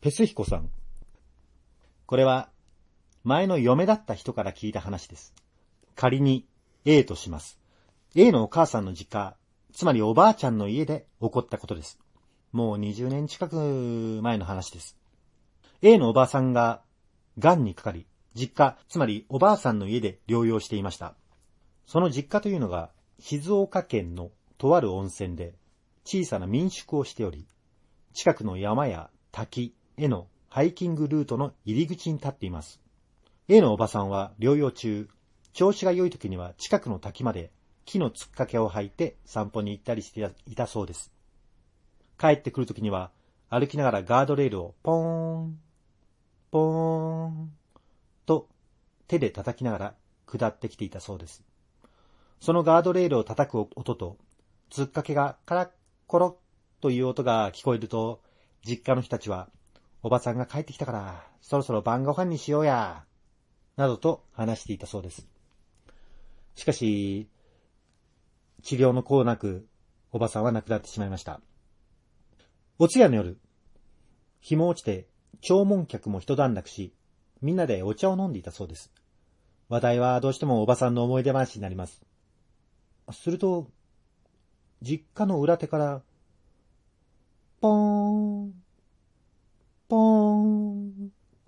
ペスヒコさん。これは前の嫁だった人から聞いた話です。仮に A とします。A のお母さんの実家、つまりおばあちゃんの家で起こったことです。もう20年近く前の話です。A のおばあさんが癌にかかり、実家、つまりおばあさんの家で療養していました。その実家というのが静岡県のとある温泉で小さな民宿をしており、近くの山や滝へのハイキングルートの入り口に立っています。A のおばさんは療養中、調子が良い時には近くの滝まで木のつっかけを履いて散歩に行ったりしていたそうです。帰ってくる時には歩きながらガードレールをポーン、ポーンと手で叩きながら下ってきていたそうです。そのガードレールを叩く音と、つっかけがカラッコロッという音が聞こえると、実家の人たちは、おばさんが帰ってきたから、そろそろ晩ご飯にしようや、などと話していたそうです。しかし、治療の功なく、おばさんは亡くなってしまいました。お通夜の夜、日も落ちて、弔問客も一段落し、みんなでお茶を飲んでいたそうです。話題はどうしてもおばさんの思い出話になります。すると、実家の裏手から、ポーン、ポーン、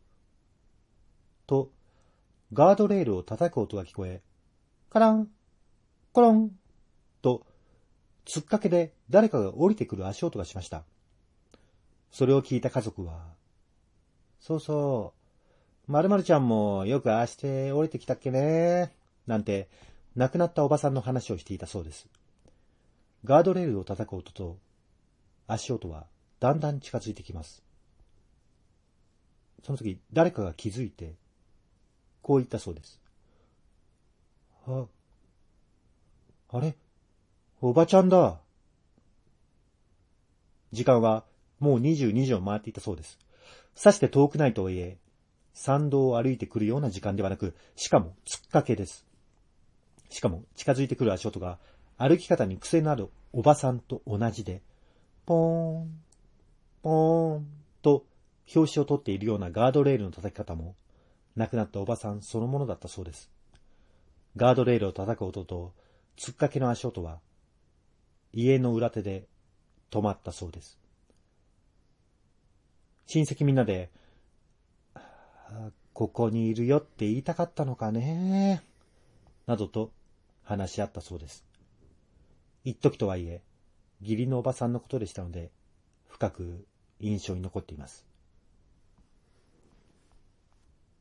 と、ガードレールを叩く音が聞こえ、カラン、コロン、と、つっかけで誰かが降りてくる足音がしました。それを聞いた家族は、そうそう、〇〇ちゃんもよくああして降りてきたっけね、なんて、亡くなったおばさんの話をしていたそうです。ガードレールを叩く音と足音はだんだん近づいてきます。その時誰かが気づいてこう言ったそうです。あれ、おばちゃんだ。時間はもう22時を回っていたそうです。さして遠くないとはいえ、山道を歩いてくるような時間ではなく、しかもつっかけです。しかも近づいてくる足音が歩き方に癖のあるおばさんと同じで、ポーン、ポーンと拍子を取っているようなガードレールの叩き方も、亡くなったおばさんそのものだったそうです。ガードレールを叩く音とつっかけの足音は、家の裏手で止まったそうです。親戚みんなで、ここにいるよって言いたかったのかね、などと話し合ったそうです。一時とはいえ、義理のおばさんのことでしたので、深く印象に残っています。